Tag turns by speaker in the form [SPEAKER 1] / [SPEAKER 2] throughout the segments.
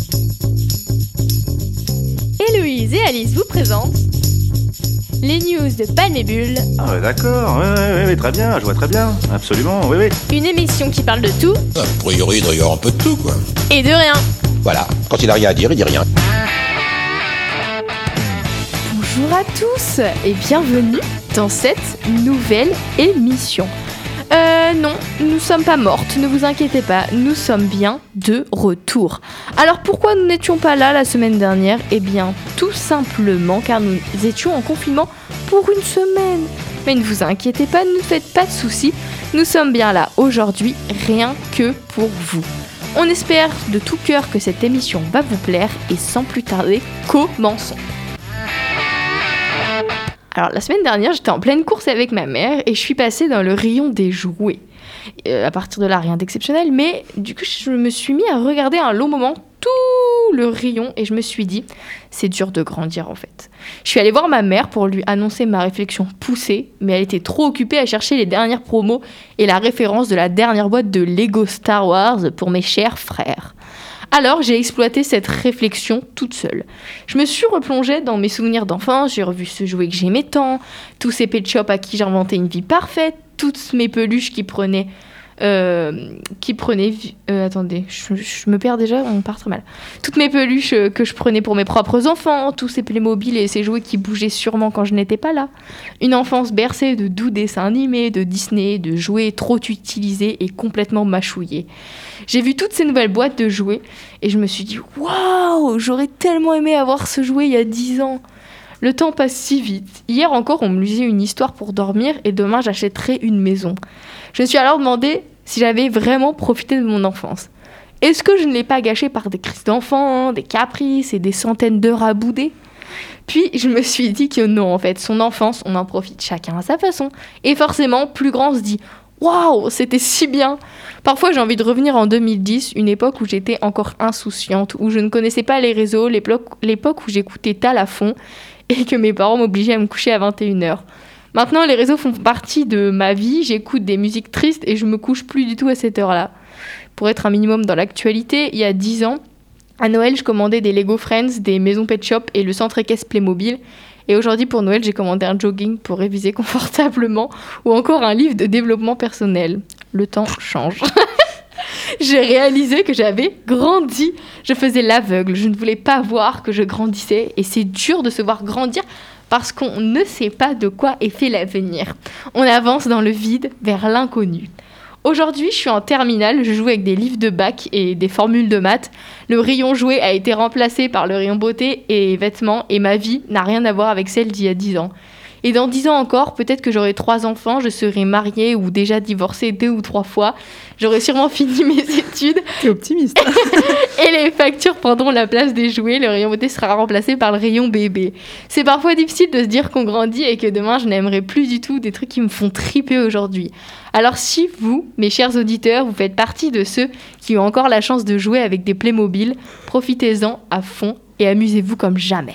[SPEAKER 1] Héloïse et Alice vous présentent les news de Palmébule.
[SPEAKER 2] Ah ouais, d'accord, ouais, très bien, je vois très bien, absolument, oui.
[SPEAKER 1] Une émission qui parle de tout.
[SPEAKER 3] A priori, il doit y avoir un peu de tout, quoi.
[SPEAKER 1] Et de rien.
[SPEAKER 3] Voilà, quand il a rien à dire, il dit rien.
[SPEAKER 4] Bonjour à tous et bienvenue dans cette nouvelle émission. Non, nous sommes pas mortes, ne vous inquiétez pas, nous sommes bien de retour. Alors pourquoi nous n'étions pas là la semaine dernière ? Eh bien, tout simplement car nous étions en confinement pour une semaine. Mais ne vous inquiétez pas, ne faites pas de soucis, nous sommes bien là aujourd'hui, rien que pour vous. On espère de tout cœur que cette émission va vous plaire et sans plus tarder, commençons. Alors la semaine dernière, j'étais en pleine course avec ma mère et je suis passée dans le rayon des jouets. À partir de là, rien d'exceptionnel, mais du coup, je me suis mis à regarder un long moment tout le rayon et je me suis dit, c'est dur de grandir en fait. Je suis allée voir ma mère pour lui annoncer ma réflexion poussée, mais elle était trop occupée à chercher les dernières promos et la référence de la dernière boîte de Lego Star Wars pour mes chers frères. Alors, j'ai exploité cette réflexion toute seule. Je me suis replongée dans mes souvenirs d'enfance, j'ai revu ce jouet que j'aimais tant, tous ces pet shops à qui j'ai inventé une vie parfaite, toutes mes peluches qui prenaient... attendez, je me perds déjà, on part très mal. Toutes mes peluches que je prenais pour mes propres enfants, tous ces Playmobil et ces jouets qui bougeaient sûrement quand je n'étais pas là. Une enfance bercée de doux dessins animés, de Disney, de jouets trop utilisés et complètement mâchouillés. J'ai vu toutes ces nouvelles boîtes de jouets et je me suis dit « Waouh, j'aurais tellement aimé avoir ce jouet il y a 10 ans !» Le temps passe si vite. Hier encore, on me lisait une histoire pour dormir et demain, j'achèterai une maison. Je me suis alors demandé si j'avais vraiment profité de mon enfance. Est-ce que je ne l'ai pas gâchée par des crises d'enfants, des caprices et des centaines d'heures à bouder ? Puis, je me suis dit que non, en fait, son enfance, on en profite chacun à sa façon. Et forcément, plus grand, on se dit « Waouh, c'était si bien !» Parfois, j'ai envie de revenir en 2010, une époque où j'étais encore insouciante, où je ne connaissais pas les réseaux, l'époque où j'écoutais Tal à fond et que mes parents m'obligeaient à me coucher à 21h. Maintenant, les réseaux font partie de ma vie, j'écoute des musiques tristes et je me couche plus du tout à cette heure-là. Pour être un minimum dans l'actualité, il y a 10 ans, à Noël, je commandais des Lego Friends, des maisons pet shop et le centre équestre Playmobil. Et aujourd'hui, pour Noël, j'ai commandé un jogging pour réviser confortablement ou encore un livre de développement personnel. Le temps change. J'ai réalisé que j'avais grandi. Je faisais l'aveugle, je ne voulais pas voir que je grandissais et c'est dur de se voir grandir parce qu'on ne sait pas de quoi est fait l'avenir. On avance dans le vide vers l'inconnu. Aujourd'hui, je suis en terminale, je joue avec des livres de bac et des formules de maths. Le rayon jouets a été remplacé par le rayon beauté et vêtements et ma vie n'a rien à voir avec celle d'il y a 10 ans. Et dans 10 ans encore, peut-être que j'aurai 3 enfants, je serai mariée ou déjà divorcée 2 ou 3 fois. J'aurai sûrement fini mes études.
[SPEAKER 5] T'es optimiste.
[SPEAKER 4] Et les factures prendront la place des jouets. Le rayon beauté sera remplacé par le rayon bébé. C'est parfois difficile de se dire qu'on grandit et que demain, je n'aimerai plus du tout des trucs qui me font triper aujourd'hui. Alors si vous, mes chers auditeurs, vous faites partie de ceux qui ont encore la chance de jouer avec des Playmobil, profitez-en à fond et amusez-vous comme jamais.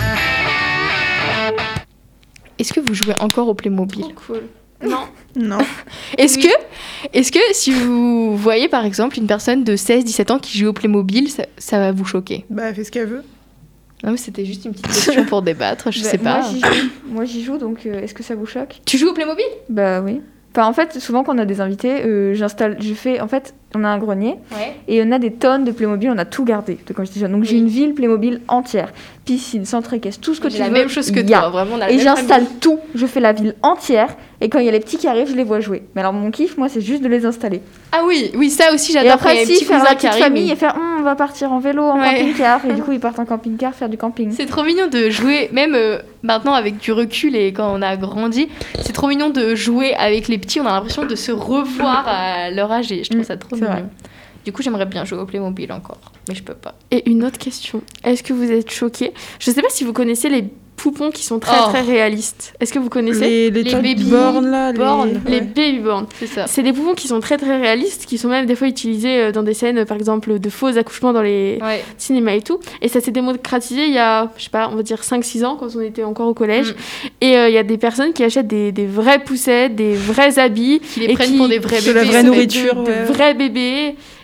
[SPEAKER 4] Est-ce que vous jouez encore au Playmobil ?
[SPEAKER 1] Trop cool.
[SPEAKER 5] Non.
[SPEAKER 4] Est-ce que si vous voyez par exemple une personne de 16-17 ans qui joue au Playmobil, ça va vous choquer ?
[SPEAKER 5] Bah, elle fait ce qu'elle veut.
[SPEAKER 4] Non mais c'était juste une petite question pour débattre, je sais pas.
[SPEAKER 6] Moi j'y joue, donc est-ce que ça vous choque ?
[SPEAKER 4] Tu joues au Playmobil ?
[SPEAKER 6] Bah oui. Enfin en fait, souvent quand on a des invités, on a un grenier et on a des tonnes de Playmobil, on a tout gardé de quand j'étais jeune. Donc j'ai une ville Playmobil entière, piscine, centre équestre, tout ce que tu veux.
[SPEAKER 4] J'ai la même chose que toi, vraiment.
[SPEAKER 6] Et j'installe tout, je fais la ville entière et quand il y a les petits qui arrivent, je les vois jouer. Mais alors mon kiff, moi, c'est juste de les installer.
[SPEAKER 4] Ah oui, ça aussi j'adore.
[SPEAKER 6] Et après,
[SPEAKER 4] si
[SPEAKER 6] faire la petite famille et faire on va partir en vélo, en camping-car. Et du coup, ils partent en camping-car faire du camping.
[SPEAKER 4] C'est trop mignon de jouer, même maintenant avec du recul et quand on a grandi, c'est trop mignon de jouer avec les petits. On a l'impression de se revoir à leur âge et je trouve ça trop mignon. Vrai. Du coup, j'aimerais bien jouer au Playmobil encore, mais je peux pas.
[SPEAKER 1] Et une autre question, est-ce que vous êtes choqués ? Je sais pas si vous connaissez les poupons qui sont très réalistes. Est-ce que vous connaissez
[SPEAKER 5] les baby-born là,
[SPEAKER 1] les baby-born,
[SPEAKER 4] c'est ça.
[SPEAKER 1] C'est des poupons qui sont très réalistes, qui sont même des fois utilisés dans des scènes, par exemple, de faux accouchements dans les cinémas et tout. Et ça s'est démocratisé il y a, je sais pas, on va dire 5-6 ans, quand on était encore au collège. Et il y a des personnes qui achètent des vraies poussettes, des vrais habits.
[SPEAKER 4] Qui les prennent pour des vrais bébés.
[SPEAKER 5] De la vraie nourriture.
[SPEAKER 1] De vrais bébés.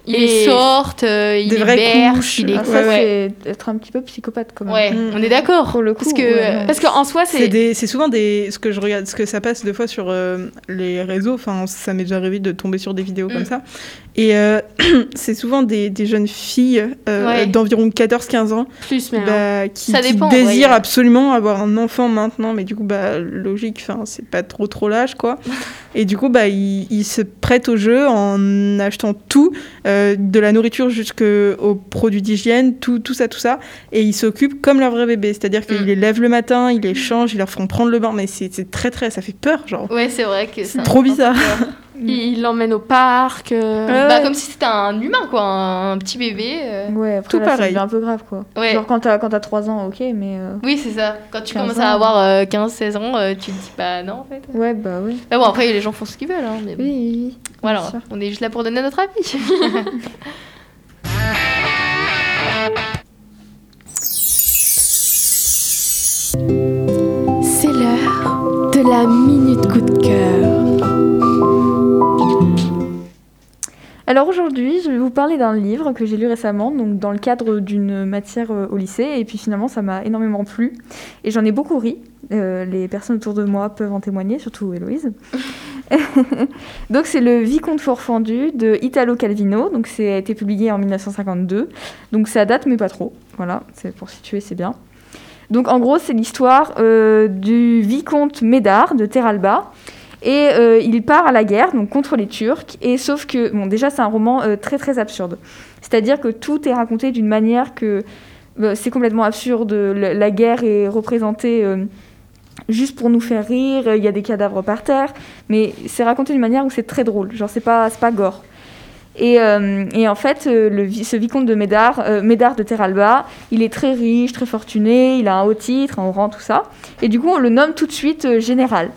[SPEAKER 4] Ils les sortent, ils les bercent, ils les...
[SPEAKER 6] Ça, c'est être un petit peu psychopathe, quand même.
[SPEAKER 4] Ouais, on est d'accord.
[SPEAKER 6] Pour le coup,
[SPEAKER 1] parce qu'en soi,
[SPEAKER 5] c'est souvent ce que je regarde, ce que ça passe 2 fois sur les réseaux. Enfin, ça m'est déjà arrivé de tomber sur des vidéos comme ça. Et c'est souvent des jeunes filles d'environ 14-15 ans qui désirent absolument avoir un enfant maintenant, mais du coup, logique, c'est pas trop l'âge, quoi. Et du coup, ils se prêtent au jeu en achetant tout, de la nourriture jusqu'aux produits d'hygiène, tout ça. Et ils s'occupent comme leur vrai bébé, c'est-à-dire qu'ils les lèvent le matin, ils les changent, ils leur font prendre le bain, mais c'est très, ça fait peur, genre.
[SPEAKER 4] Ouais, c'est vrai que
[SPEAKER 5] c'est trop bizarre.
[SPEAKER 1] Il l'emmène au parc.
[SPEAKER 4] Comme si c'était un humain, quoi, un petit bébé.
[SPEAKER 6] Ouais, après,
[SPEAKER 5] tout
[SPEAKER 6] là,
[SPEAKER 5] pareil.
[SPEAKER 6] Ça devient un peu grave, quoi.
[SPEAKER 4] Ouais.
[SPEAKER 6] Genre quand t'as 3 ans, ok, mais...
[SPEAKER 4] Oui, c'est ça. Quand tu commences à avoir 15-16 ans, tu te dis non, en fait.
[SPEAKER 6] Ouais, bah oui.
[SPEAKER 4] Mais bon, après, les gens font ce qu'ils veulent. Hein, mais...
[SPEAKER 6] Oui.
[SPEAKER 4] Voilà, on est juste là pour donner notre avis.
[SPEAKER 1] C'est l'heure de la minute coup de cœur.
[SPEAKER 6] Alors aujourd'hui, je vais vous parler d'un livre que j'ai lu récemment, donc dans le cadre d'une matière au lycée, et puis finalement ça m'a énormément plu, et j'en ai beaucoup ri. Les personnes autour de moi peuvent en témoigner, surtout Héloïse. Donc c'est le Vicomte Forfendu de Italo Calvino, donc ça a été publié en 1952, donc ça date mais pas trop, voilà, c'est pour situer, c'est bien. Donc en gros c'est l'histoire du vicomte Médard de Terralba. Et il part à la guerre, donc contre les Turcs, et sauf que, déjà c'est un roman très très absurde. C'est-à-dire que tout est raconté d'une manière que c'est complètement absurde. La guerre est représentée juste pour nous faire rire, il y a des cadavres par terre, mais c'est raconté d'une manière où c'est très drôle, genre c'est pas gore. Et en fait, ce vicomte de Médard de Terralba, il est très riche, très fortuné, il a un haut titre, un haut rang, tout ça, et du coup on le nomme tout de suite général.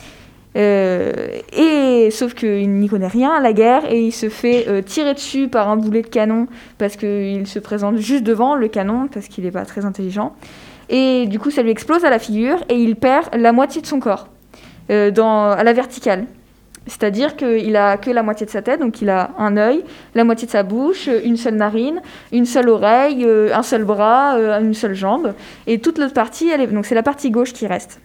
[SPEAKER 6] Et sauf qu'il n'y connaît rien à la guerre et il se fait tirer dessus par un boulet de canon parce qu'il se présente juste devant le canon parce qu'il n'est pas très intelligent. Et du coup, ça lui explose à la figure et il perd la moitié de son corps à la verticale. C'est-à-dire qu'il a que la moitié de sa tête, donc il a un œil, la moitié de sa bouche, une seule narine, une seule oreille, un seul bras, une seule jambe. Et toute l'autre partie, donc c'est la partie gauche qui reste.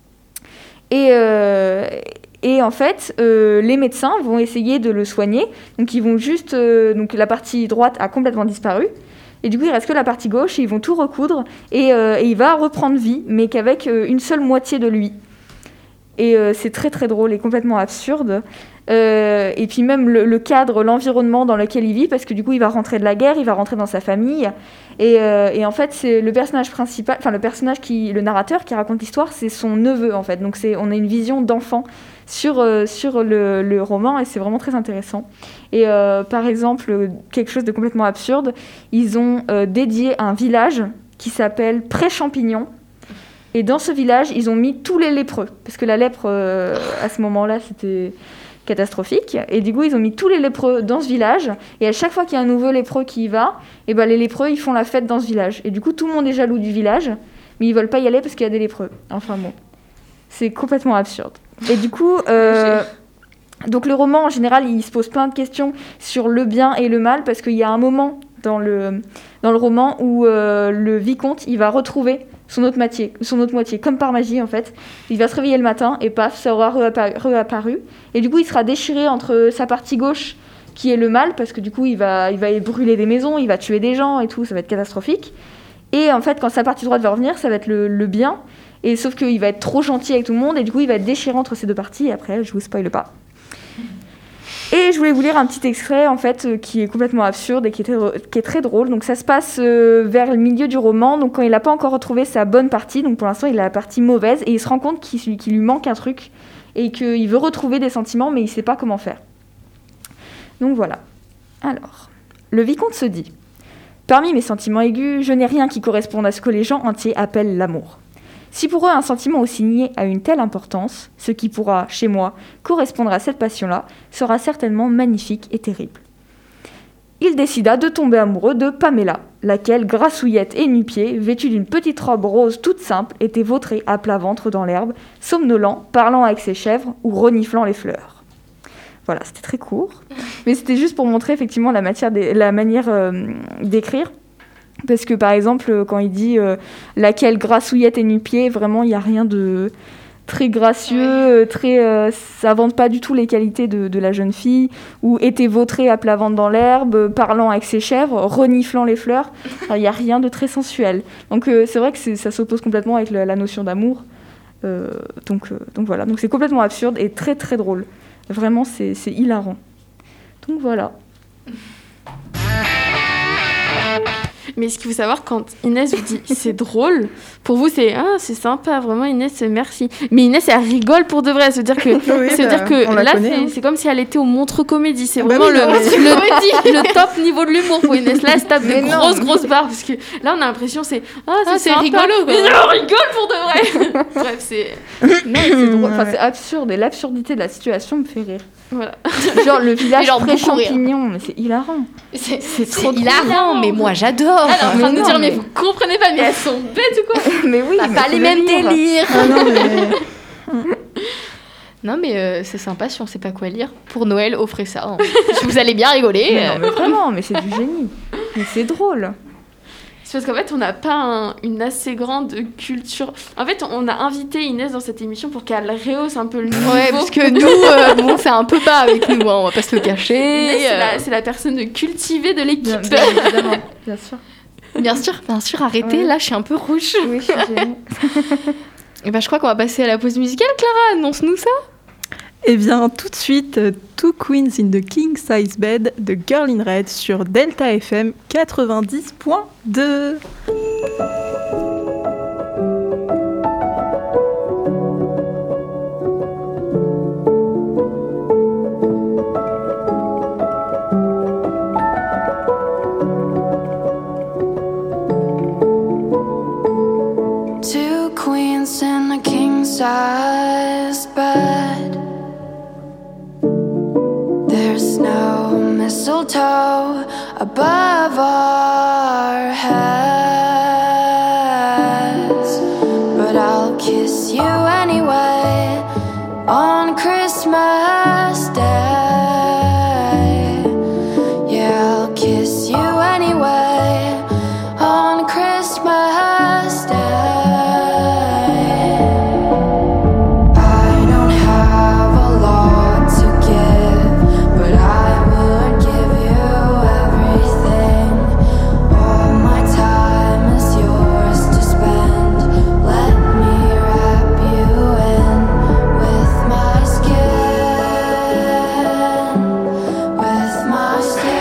[SPEAKER 6] Et en fait, les médecins vont essayer de le soigner. Donc ils vont juste... donc la partie droite a complètement disparu. Et du coup, il reste que la partie gauche. Et ils vont tout recoudre. Et il va reprendre vie, mais qu'avec une seule moitié de lui. Et c'est très très drôle et complètement absurde. Et puis même le cadre, l'environnement dans lequel il vit, parce que du coup, il va rentrer de la guerre, il va rentrer dans sa famille. Et en fait, c'est le personnage principal, enfin le narrateur qui raconte l'histoire, c'est son neveu en fait. Donc on a une vision d'enfant sur le roman et c'est vraiment très intéressant. Et par exemple, quelque chose de complètement absurde, ils ont dédié un village qui s'appelle Pré-Champignon. Et dans ce village, ils ont mis tous les lépreux, parce que la lèpre, à ce moment-là, c'était catastrophique. Et du coup, ils ont mis tous les lépreux dans ce village. Et à chaque fois qu'il y a un nouveau lépreux qui y va, et ben, les lépreux, ils font la fête dans ce village. Et du coup, tout le monde est jaloux du village, mais ils veulent pas y aller parce qu'il y a des lépreux. Enfin bon, c'est complètement absurde. Et du coup... donc le roman, en général, il se pose plein de questions sur le bien et le mal, parce qu'il y a un moment dans le roman où le vicomte, il va retrouver son autre moitié, comme par magie en fait. Il va se réveiller le matin et paf, ça aura réapparu. Et du coup, il sera déchiré entre sa partie gauche, qui est le mal, parce que du coup, il va brûler des maisons, il va tuer des gens et tout, ça va être catastrophique. Et en fait, quand sa partie droite va revenir, ça va être le bien. Et sauf qu'il va être trop gentil avec tout le monde, et du coup, il va être déchiré entre ces deux parties. Et après, je vous spoile pas. Et je voulais vous lire un petit extrait en fait qui est complètement absurde et qui est très drôle. Donc ça se passe vers le milieu du roman, donc quand il n'a pas encore retrouvé sa bonne partie, donc pour l'instant il a la partie mauvaise et il se rend compte qu'il lui manque un truc et qu'il veut retrouver des sentiments mais il ne sait pas comment faire. Donc voilà. Alors, le vicomte se dit: parmi mes sentiments aigus, je n'ai rien qui corresponde à ce que les gens entiers appellent l'amour. Si pour eux un sentiment aussi nié a une telle importance, ce qui pourra, chez moi, correspondre à cette passion-là, sera certainement magnifique et terrible. Il décida de tomber amoureux de Pamela, laquelle, grassouillette et nu-pied, vêtue d'une petite robe rose toute simple, était vautrée à plat ventre dans l'herbe, somnolent, parlant avec ses chèvres ou reniflant les fleurs. Voilà, c'était très court. Mais c'était juste pour montrer effectivement la manière d'écrire. Parce que par exemple, quand il dit laquelle grassouillette et nu-pied, vraiment, il n'y a rien de très gracieux, ça vante pas du tout les qualités de la jeune fille, ou était vautrée à plat ventre dans l'herbe, parlant avec ses chèvres, reniflant les fleurs. Il n'y a rien de très sensuel. Donc c'est vrai que ça s'oppose complètement avec la notion d'amour. Donc voilà, donc c'est complètement absurde et très très drôle. Vraiment, c'est hilarant. Donc voilà.
[SPEAKER 1] Mais ce qu'il faut savoir, quand Inès vous dit c'est drôle, pour vous c'est sympa, vraiment Inès, merci. Mais Inès, elle rigole pour de vrai. C'est-à-dire que, là, c'est comme si elle était au Montreux Comédie. C'est vraiment le top niveau de l'humour pour Inès. Là, elle se tape des grosses barres. Parce que là, on a l'impression c'est rigolo. Mais on rigole pour de vrai. Bref, c'est.
[SPEAKER 6] Non, c'est drôle. Enfin, c'est absurde. Et l'absurdité de la situation me fait rire.
[SPEAKER 1] Voilà.
[SPEAKER 6] Genre le village pré-champignon, mais c'est hilarant.
[SPEAKER 4] C'est trop hilarant, mais moi j'adore.
[SPEAKER 1] Elle est en train de nous dire, mais vous comprenez pas, mais elles sont bêtes ou quoi?
[SPEAKER 6] Mais oui,
[SPEAKER 4] mais pas les mêmes délires. Non, mais c'est sympa si on sait pas quoi lire. Pour Noël, offrez ça. Hein. Vous allez bien rigoler.
[SPEAKER 6] Mais vraiment, mais c'est du génie. Mais c'est drôle.
[SPEAKER 1] C'est parce qu'en fait, on n'a pas une assez grande culture. En fait, on a invité Inès dans cette émission pour qu'elle rehausse un peu le niveau.
[SPEAKER 4] Ouais, parce que nous, c'est un peu bas avec nous, hein, on va pas se le cacher.
[SPEAKER 1] C'est la personne cultivée de l'équipe.
[SPEAKER 6] Bien évidemment, bien sûr.
[SPEAKER 4] Bien sûr, arrêtez, là, je suis un peu rouge.
[SPEAKER 6] Oui, je suis gênée.
[SPEAKER 4] Et je crois qu'on va passer à la pause musicale, Clara, annonce-nous ça.
[SPEAKER 5] Eh bien, tout de suite, Two Queens in the King Size Bed de Girl in Red sur Delta FM 90.2.
[SPEAKER 7] Two queens in a king size bed. There's no mistletoe above our heads, but I'll kiss you anyway on Christmas Day. Yeah, I'll kiss you anyway on Christmas Day. I don't have a lot to give, but I would give you everything. All my time is yours to spend. Let me wrap you in with my skin, with my skin.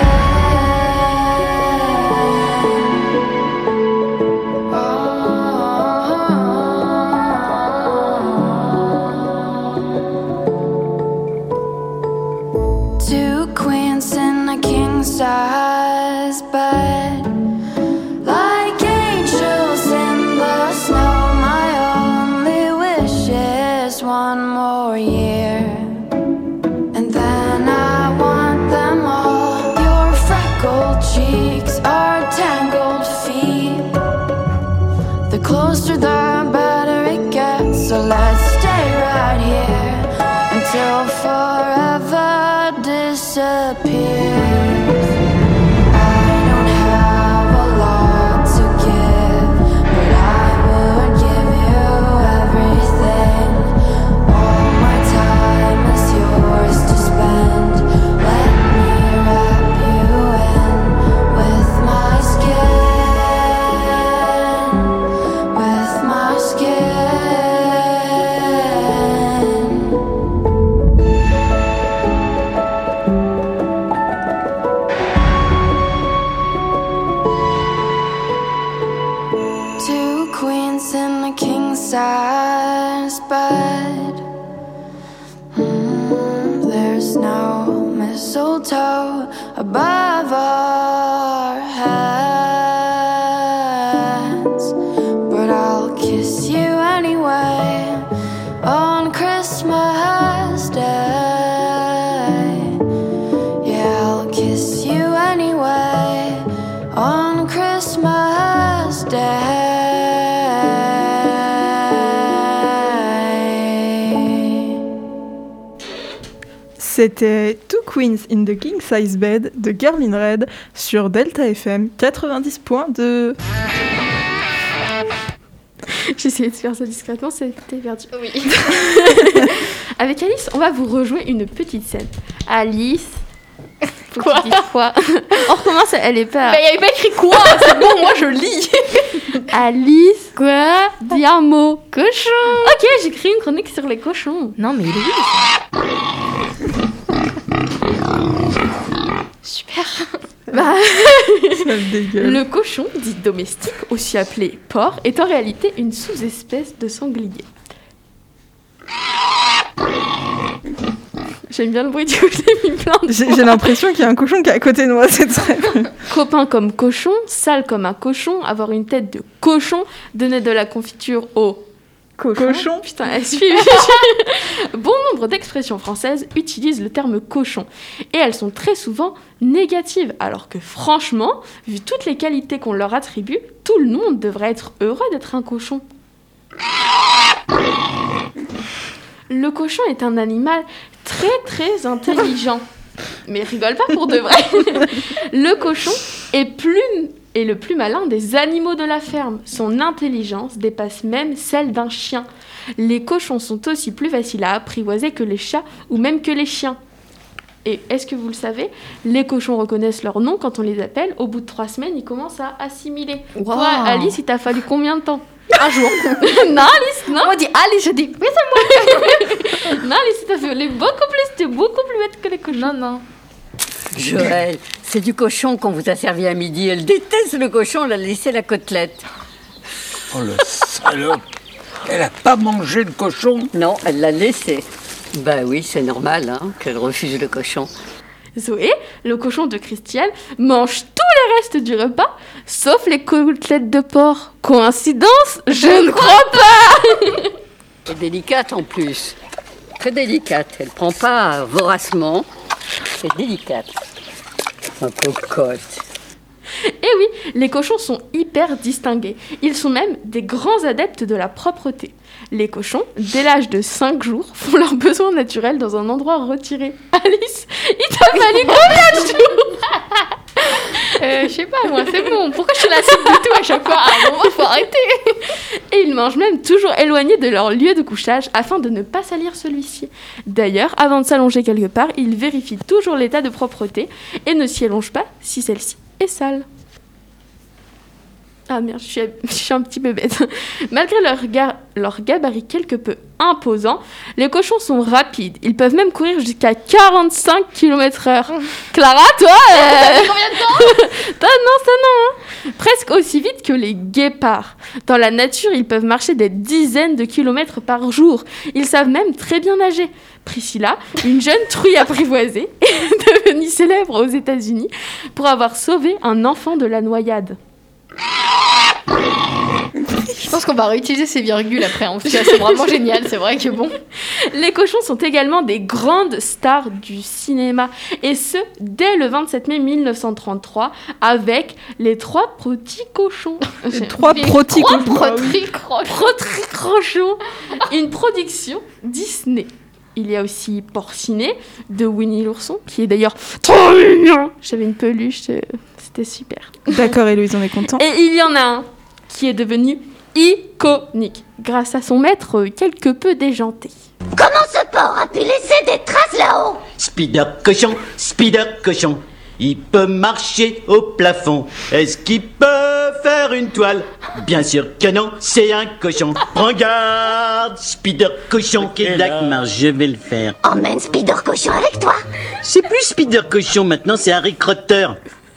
[SPEAKER 7] Two queens in a king size bed, like angels in the snow. My only wish is one more year, and then I want them all. Your freckled cheeks, our tangled feet. The closer the better it gets, so let's stay right here until forever disappears. I don't have a lot to give, but I would give you everything. All my time is yours to spend. Let me wrap you in with my skin, with my skin. Two queens in a king size bed. There's no mistletoe above our heads, but I'll kiss you anyway on Christmas Day. Yeah, I'll kiss you anyway on Christmas Day.
[SPEAKER 5] C'était Two Queens in the King Size Bed de Girl in Red sur Delta FM 90.2.
[SPEAKER 1] J'ai essayé de faire ça discrètement, c'était perdu.
[SPEAKER 4] Oui.
[SPEAKER 1] Avec Alice, on va vous rejouer une petite scène. Alice.
[SPEAKER 4] Quoi ?
[SPEAKER 1] On recommence, elle est pas.
[SPEAKER 4] Mais il n'y avait pas écrit quoi ? C'est bon, moi je lis.
[SPEAKER 1] Alice. Quoi ? Dis un mot.
[SPEAKER 4] Cochon.
[SPEAKER 1] Ok, j'écris une chronique sur les cochons.
[SPEAKER 4] Non, mais il est super.
[SPEAKER 1] Bah,
[SPEAKER 5] Ça me dégueule.
[SPEAKER 1] le cochon, dit domestique, aussi appelé porc, est en réalité une sous-espèce de sanglier. J'aime bien le bruit, du coup je l'ai mis plein de fois.
[SPEAKER 5] J'ai l'impression qu'il y a un cochon qui est à côté de moi, c'est très...
[SPEAKER 1] Copain comme cochon, sale comme un cochon, avoir une tête de cochon, donner de la confiture au
[SPEAKER 5] Cochon.
[SPEAKER 1] Putain, elle suit. Bon nombre d'expressions françaises utilisent le terme cochon. Et elles sont très souvent négatives. Alors que franchement, vu toutes les qualités qu'on leur attribue, tout le monde devrait être heureux d'être un cochon. Le cochon est un animal très très intelligent. Mais rigole pas pour de vrai. Le cochon est le plus malin des animaux de la ferme. Son intelligence dépasse même celle d'un chien. Les cochons sont aussi plus faciles à apprivoiser que les chats ou même que les chiens. Et est-ce que vous le savez, les cochons reconnaissent leur nom quand on les appelle. Au bout de 3 semaines, ils commencent à assimiler.
[SPEAKER 4] Wow.
[SPEAKER 1] Toi, Alice, il t'a fallu combien de temps ?
[SPEAKER 4] Un jour.
[SPEAKER 1] Non, Alice, non.
[SPEAKER 4] On dit Alice, je dis oui,
[SPEAKER 1] Non, Alice, il t'a fallu beaucoup plus. T'es beaucoup plus bête que les cochons.
[SPEAKER 4] non.
[SPEAKER 8] Joël, c'est du cochon qu'on vous a servi à midi. Elle déteste le cochon, elle a laissé la côtelette.
[SPEAKER 9] Oh le salope. Elle a pas mangé le cochon.
[SPEAKER 8] Non, elle l'a laissé. Bah oui, c'est normal hein, qu'elle refuse le cochon.
[SPEAKER 1] Zoé, le cochon de Christiane, mange tous les restes du repas, sauf les côtelettes de porc. Coïncidence ? Je ne crois pas.
[SPEAKER 8] Elle est délicate en plus. Très délicate. Elle prend pas voracement. C'est délicate. Un cocotte.
[SPEAKER 1] Eh oui, les cochons sont hyper distingués. Ils sont même des grands adeptes de la propreté. Les cochons, dès l'âge de 5 jours, font leurs besoins naturels dans un endroit retiré. Alice, il t'a fallu combien de jours ?
[SPEAKER 4] Je sais pas, moi, c'est bon. Pourquoi je te la cite du tout à chaque fois ? Ah bon, faut arrêter.
[SPEAKER 1] Et ils mangent même toujours éloignés de leur lieu de couchage afin de ne pas salir celui-ci. D'ailleurs, avant de s'allonger quelque part, ils vérifient toujours l'état de propreté et ne s'y allongent pas si celle-ci est sale. Ah merde, je suis un petit peu bête. Malgré leur gabarit quelque peu imposant, les cochons sont rapides. Ils peuvent même courir jusqu'à 45 km/h. Clara, toi
[SPEAKER 4] Combien de temps ?
[SPEAKER 1] Non, ça non. Presque aussi vite que les guépards. Dans la nature, ils peuvent marcher des dizaines de kilomètres par jour. Ils savent même très bien nager. Priscilla, une jeune truie apprivoisée, est devenue célèbre aux États-Unis pour avoir sauvé un enfant de la noyade.
[SPEAKER 4] Je pense qu'on va réutiliser ces virgules après. En tout cas, c'est vraiment génial. C'est vrai que bon.
[SPEAKER 1] Les cochons sont également des grandes stars du cinéma. Et ce, dès le 27 mai 1933, avec les 3 petits cochons.
[SPEAKER 5] Les 3 petits
[SPEAKER 1] cochons. Une production Disney. Il y a aussi Porcinet de Winnie l'ourson, qui est d'ailleurs trop mignon. J'avais une peluche, c'était super.
[SPEAKER 5] D'accord, Héloïse, on est content.
[SPEAKER 1] Et il y en a un qui est devenu iconique, grâce à son maître quelque peu déjanté.
[SPEAKER 10] Comment ce porc a pu laisser des traces là-haut ?
[SPEAKER 11] Spider cochon, il peut marcher au plafond. Est-ce qu'il peut faire une toile ? Bien sûr que non, c'est un cochon. Prends garde, Spider cochon qui est là. Je vais le faire.
[SPEAKER 10] Emmène Spider cochon avec toi.
[SPEAKER 11] C'est plus Spider cochon maintenant, c'est Harry Crotter.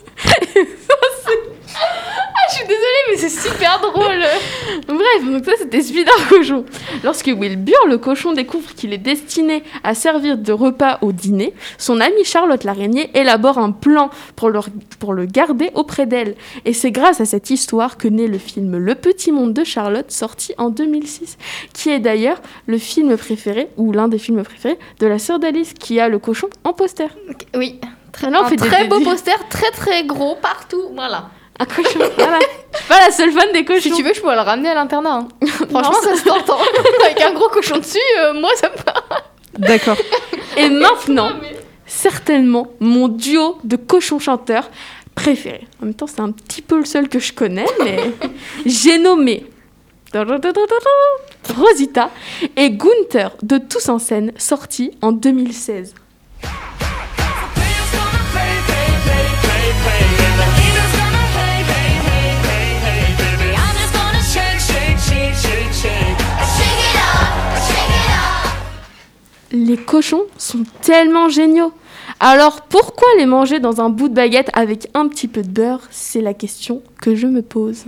[SPEAKER 4] Je suis désolée, mais c'est super drôle.
[SPEAKER 1] Bref, donc ça c'était Spider cochon. Lorsque Wilbur, le cochon, découvre qu'il est destiné à servir de repas au dîner, son amie Charlotte l'araignée élabore un plan pour le garder auprès d'elle. Et c'est grâce à cette histoire que naît le film Le Petit Monde de Charlotte, sorti en 2006, qui est d'ailleurs le film préféré, ou l'un des films préférés, de la sœur d'Alice, qui a le cochon en poster.
[SPEAKER 4] Oui,
[SPEAKER 1] un
[SPEAKER 4] très beau poster, très très gros partout, voilà.
[SPEAKER 1] Un cochon, voilà. Je suis pas la seule fan des cochons.
[SPEAKER 4] Si tu veux, je pourrais le ramener à l'internat. Hein. Franchement, ça se tente. Avec un gros cochon dessus, moi, ça me va.
[SPEAKER 5] D'accord.
[SPEAKER 1] Et maintenant, certainement, mon duo de cochons chanteurs préféré. En même temps, c'est un petit peu le seul que je connais, mais j'ai nommé Rosita et Gunther de Tous en scène, sorti en 2016. Les cochons sont tellement géniaux. Alors pourquoi les manger dans un bout de baguette avec un petit peu de beurre ? C'est la question que je me pose.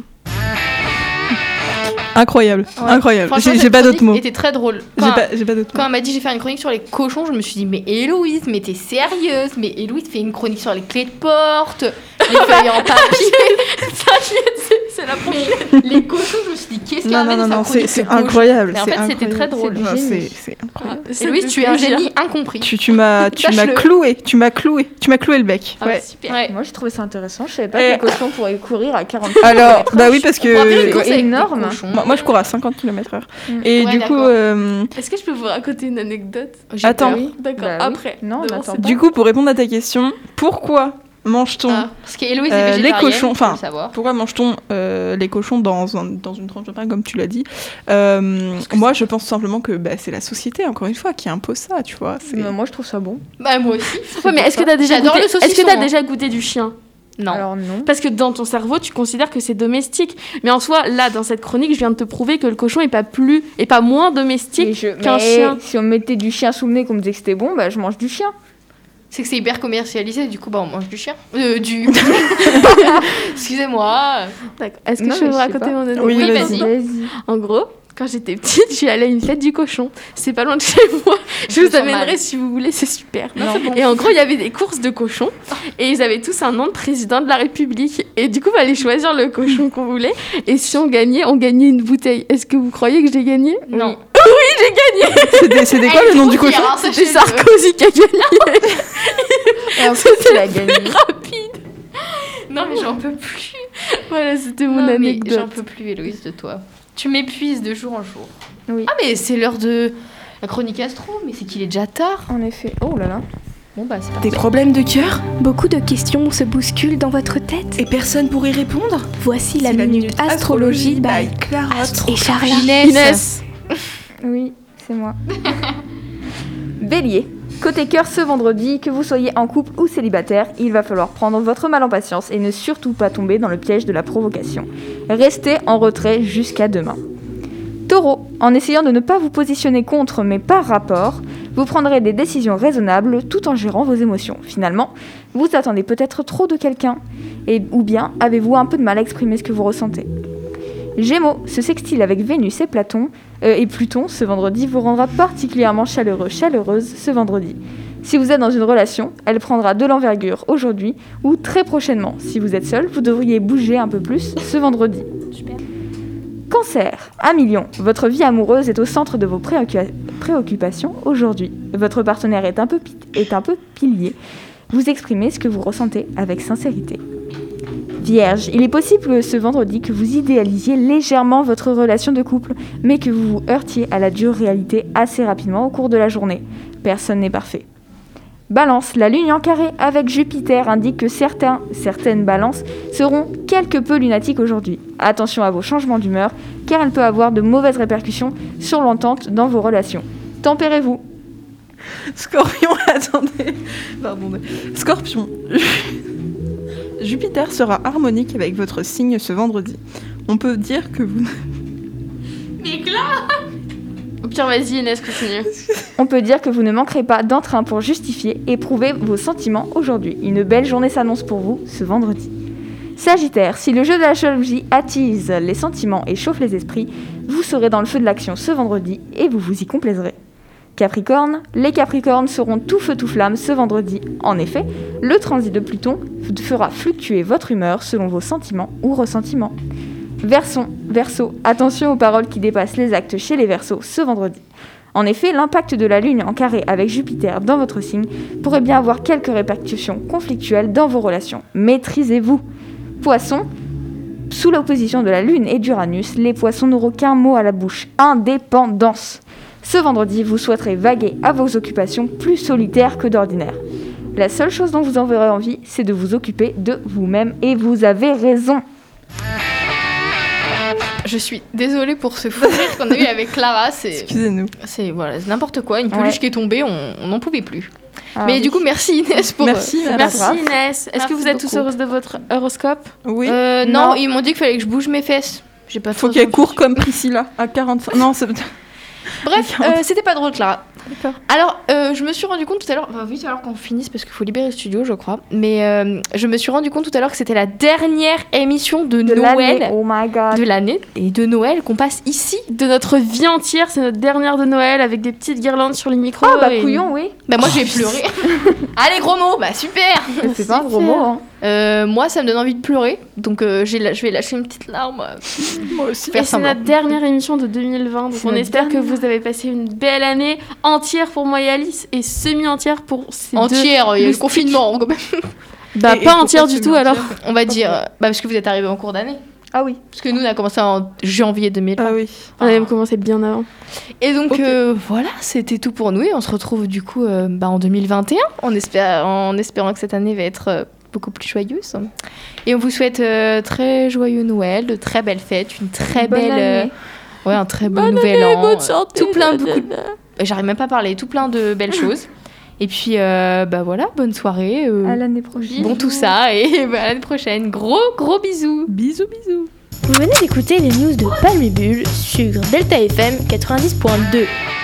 [SPEAKER 5] Incroyable, incroyable. J'ai pas d'autres mots.
[SPEAKER 4] C'était très drôle.
[SPEAKER 5] J'ai pas d'autres mots.
[SPEAKER 4] Quand elle m'a dit j'ai fait une chronique sur les cochons, je me suis dit mais Héloïse, mais t'es sérieuse ? Mais Héloïse fait une chronique sur les clés de porte, les feuilles en papier. C'est la prochaine. Les cochons, je me suis dit qu'est-ce qu'il y a dans sa chronique ?
[SPEAKER 5] C'est incroyable.
[SPEAKER 4] En fait, c'était très drôle.
[SPEAKER 5] C'est incroyable.
[SPEAKER 4] Héloïse, tu es un génie incompris.
[SPEAKER 5] Tu m'as cloué le bec.
[SPEAKER 6] Ah ouais, super. Ouais. Moi j'ai trouvé ça intéressant, je savais pas que les cochons pourraient courir à 40 km/h.
[SPEAKER 5] Alors, bah oui, parce que
[SPEAKER 6] c'est énorme.
[SPEAKER 5] Moi je cours à 50 km/h. Et du coup
[SPEAKER 1] est-ce que je peux vous raconter une anecdote ?
[SPEAKER 5] Attends.
[SPEAKER 1] D'accord, après.
[SPEAKER 6] Non,
[SPEAKER 5] du coup, pour répondre à ta question, pourquoi mange-t-on
[SPEAKER 4] parce qu'Héloïse est végétarienne,
[SPEAKER 5] les cochons, enfin,
[SPEAKER 4] pourquoi
[SPEAKER 5] mange-t-on les cochons dans une tranche de pain, comme tu l'as dit. Moi, je pense simplement que c'est la société, encore une fois, qui impose ça, tu vois.
[SPEAKER 6] Moi, je trouve ça bon.
[SPEAKER 4] Bah, moi aussi.
[SPEAKER 1] Ouais, mais est-ce que t'as déjà goûté du chien ?
[SPEAKER 4] Non.
[SPEAKER 6] Alors non.
[SPEAKER 1] Parce que dans ton cerveau, tu considères que c'est domestique. Mais en soi, là, dans cette chronique, je viens de te prouver que le cochon est pas moins domestique qu'un chien.
[SPEAKER 6] Si on mettait du chien sous le nez, qu'on me disait que c'était bon, je mange du chien.
[SPEAKER 4] C'est que c'est hyper commercialisé, du coup, on mange du chien. Excusez-moi.
[SPEAKER 1] D'accord. Est-ce que je peux vous raconter mon anecdote ?
[SPEAKER 5] Oui,
[SPEAKER 6] vas-y.
[SPEAKER 1] En gros, quand j'étais petite, je suis allée à une fête du cochon. C'est pas loin de chez moi. Je vous amènerai si vous voulez, c'est super. Et en gros, il y avait des courses de cochons. Et ils avaient tous un nom de président de la République. Et du coup, il fallait choisir le cochon qu'on voulait. Et si on gagnait une bouteille. Est-ce que vous croyez que j'ai gagné ?
[SPEAKER 4] Non.
[SPEAKER 1] Oui, j'ai gagné.
[SPEAKER 5] C'était quoi le nom du cochon ?
[SPEAKER 1] C'était Sarkozy qui a gagné.
[SPEAKER 6] C'était la gagnée.
[SPEAKER 1] Rapide.
[SPEAKER 4] Non, mais j'en peux plus.
[SPEAKER 1] Voilà, c'était mon anecdote.
[SPEAKER 4] J'en peux plus, Héloïse, de toi. Tu m'épuises de jour en jour.
[SPEAKER 6] Oui.
[SPEAKER 4] Ah, mais c'est l'heure de la chronique astro, mais c'est qu'il est déjà tard.
[SPEAKER 6] En effet. Oh là là.
[SPEAKER 4] Bon, c'est parti.
[SPEAKER 12] Des problèmes de cœur ? Beaucoup de questions se bousculent dans votre tête ?
[SPEAKER 13] Et personne pour y répondre ?
[SPEAKER 12] Voici la minute astrologie by
[SPEAKER 13] Clarotte
[SPEAKER 12] et Charla.
[SPEAKER 1] Inès.
[SPEAKER 6] Oui, c'est moi. Bélier. Côté cœur, ce vendredi, que vous soyez en couple ou célibataire, il va falloir prendre votre mal en patience et ne surtout pas tomber dans le piège de la provocation. Restez en retrait jusqu'à demain. Taureau, en essayant de ne pas vous positionner contre mais par rapport, vous prendrez des décisions raisonnables tout en gérant vos émotions. Finalement, vous attendez peut-être trop de quelqu'un, ou bien avez-vous un peu de mal à exprimer ce que vous ressentez. Gémeaux, ce sextile avec Vénus et Pluton ce vendredi vous rendra particulièrement chaleureuse ce vendredi. Si vous êtes dans une relation, elle prendra de l'envergure aujourd'hui ou très prochainement. Si vous êtes seul, vous devriez bouger un peu plus ce vendredi.
[SPEAKER 4] Super.
[SPEAKER 6] Cancer, à million, votre vie amoureuse est au centre de vos préoccupations aujourd'hui. Votre partenaire est un peu pilier. Vous exprimez ce que vous ressentez avec sincérité. Vierge, il est possible ce vendredi que vous idéalisiez légèrement votre relation de couple, mais que vous vous heurtiez à la dure réalité assez rapidement au cours de la journée. Personne n'est parfait. Balance, la lune en carré avec Jupiter indique que certaines balances seront quelque peu lunatiques aujourd'hui. Attention à vos changements d'humeur, car elle peut avoir de mauvaises répercussions sur l'entente dans vos relations. Tempérez-vous.
[SPEAKER 5] Scorpion, attendez. Pardon. Scorpion. Jupiter sera harmonique avec votre signe ce vendredi. On peut dire que vous...
[SPEAKER 4] Mais là
[SPEAKER 1] Au pire, vas-y Inès, continue.
[SPEAKER 6] On peut dire que vous ne manquerez pas d'entrain pour justifier et prouver vos sentiments aujourd'hui. Une belle journée s'annonce pour vous ce vendredi. Sagittaire, si le jeu de la jalousie attise les sentiments et chauffe les esprits, vous serez dans le feu de l'action ce vendredi et vous vous y complaiserez. Capricorne, les Capricornes seront tout feu tout flamme ce vendredi. En effet, le transit de Pluton fera fluctuer votre humeur selon vos sentiments ou ressentiments. Verseau, attention aux paroles qui dépassent les actes chez les Verseaux ce vendredi. En effet, l'impact de la Lune en carré avec Jupiter dans votre signe pourrait bien avoir quelques répercussions conflictuelles dans vos relations. Maîtrisez-vous. Poisson, sous l'opposition de la Lune et d'Uranus, les poissons n'auront qu'un mot à la bouche, indépendance. Ce vendredi, vous souhaiterez vaguer à vos occupations plus solitaires que d'ordinaire. La seule chose dont vous en aurez envie, c'est de vous occuper de vous-même et vous avez raison.
[SPEAKER 4] Je suis désolée pour ce fou rire qu'on a eu avec Clara.
[SPEAKER 5] Excusez-nous.
[SPEAKER 4] C'est n'importe quoi. Une peluche qui est tombée, on n'en pouvait plus. Mais
[SPEAKER 6] oui.
[SPEAKER 4] Du coup, merci Inès pour...
[SPEAKER 1] Merci Inès. Est-ce que vous êtes tous heureuses de votre horoscope?
[SPEAKER 5] Oui.
[SPEAKER 4] Non, ils m'ont dit qu'il fallait que je bouge mes fesses. J'ai pas
[SPEAKER 5] Faut qu'elle court comme Priscilla à 45. Non, c'est...
[SPEAKER 4] Bref, c'était pas drôle, Clara. D'accord. Alors, je me suis rendu compte tout à l'heure, vite alors qu'on finisse parce qu'il faut libérer le studio, je crois. Mais je me suis rendu compte tout à l'heure que c'était la dernière émission de Noël.
[SPEAKER 6] Oh my god.
[SPEAKER 4] De l'année et de Noël qu'on passe ici.
[SPEAKER 1] De notre vie entière, c'est notre dernière de Noël avec des petites guirlandes sur les micros.
[SPEAKER 6] Ah, couillon, oui.
[SPEAKER 4] Bah, moi, j'ai pleuré. Allez, gros mots, bah super.
[SPEAKER 6] C'est pas un gros mot, hein.
[SPEAKER 4] Moi, ça me donne envie de pleurer. Donc, je vais lâcher une petite larme.
[SPEAKER 5] Moi aussi.
[SPEAKER 1] Et c'est notre dernière émission de 2020. Donc, on espère que vous avez passé une belle année entière pour moi et Alice et semi-entière pour ces
[SPEAKER 4] entière, il y a le confinement quand même.
[SPEAKER 1] Bah, pas entière du tout alors.
[SPEAKER 4] On va dire, parce que vous êtes arrivés en cours d'année.
[SPEAKER 6] Ah oui.
[SPEAKER 4] Parce que nous, on a commencé en janvier 2020.
[SPEAKER 5] Ah oui.
[SPEAKER 1] On a même commencé bien avant.
[SPEAKER 4] Et donc, voilà, c'était tout pour nous. Et on se retrouve du coup en 2021, en espérant que cette année va être beaucoup plus joyeuse. Et on vous souhaite très joyeux Noël, de très belles fêtes, une très belle... un très beau nouvel an.
[SPEAKER 1] Bonne santé,
[SPEAKER 4] tout plein de... J'arrive même pas à parler. Tout plein de belles choses. Et puis, voilà, bonne soirée.
[SPEAKER 6] À l'année prochaine.
[SPEAKER 4] Bon, tout ça. Et à l'année prochaine. Gros bisous.
[SPEAKER 5] Bisous.
[SPEAKER 12] Vous venez d'écouter les news de Palme et Bulle sur Delta FM 90.2.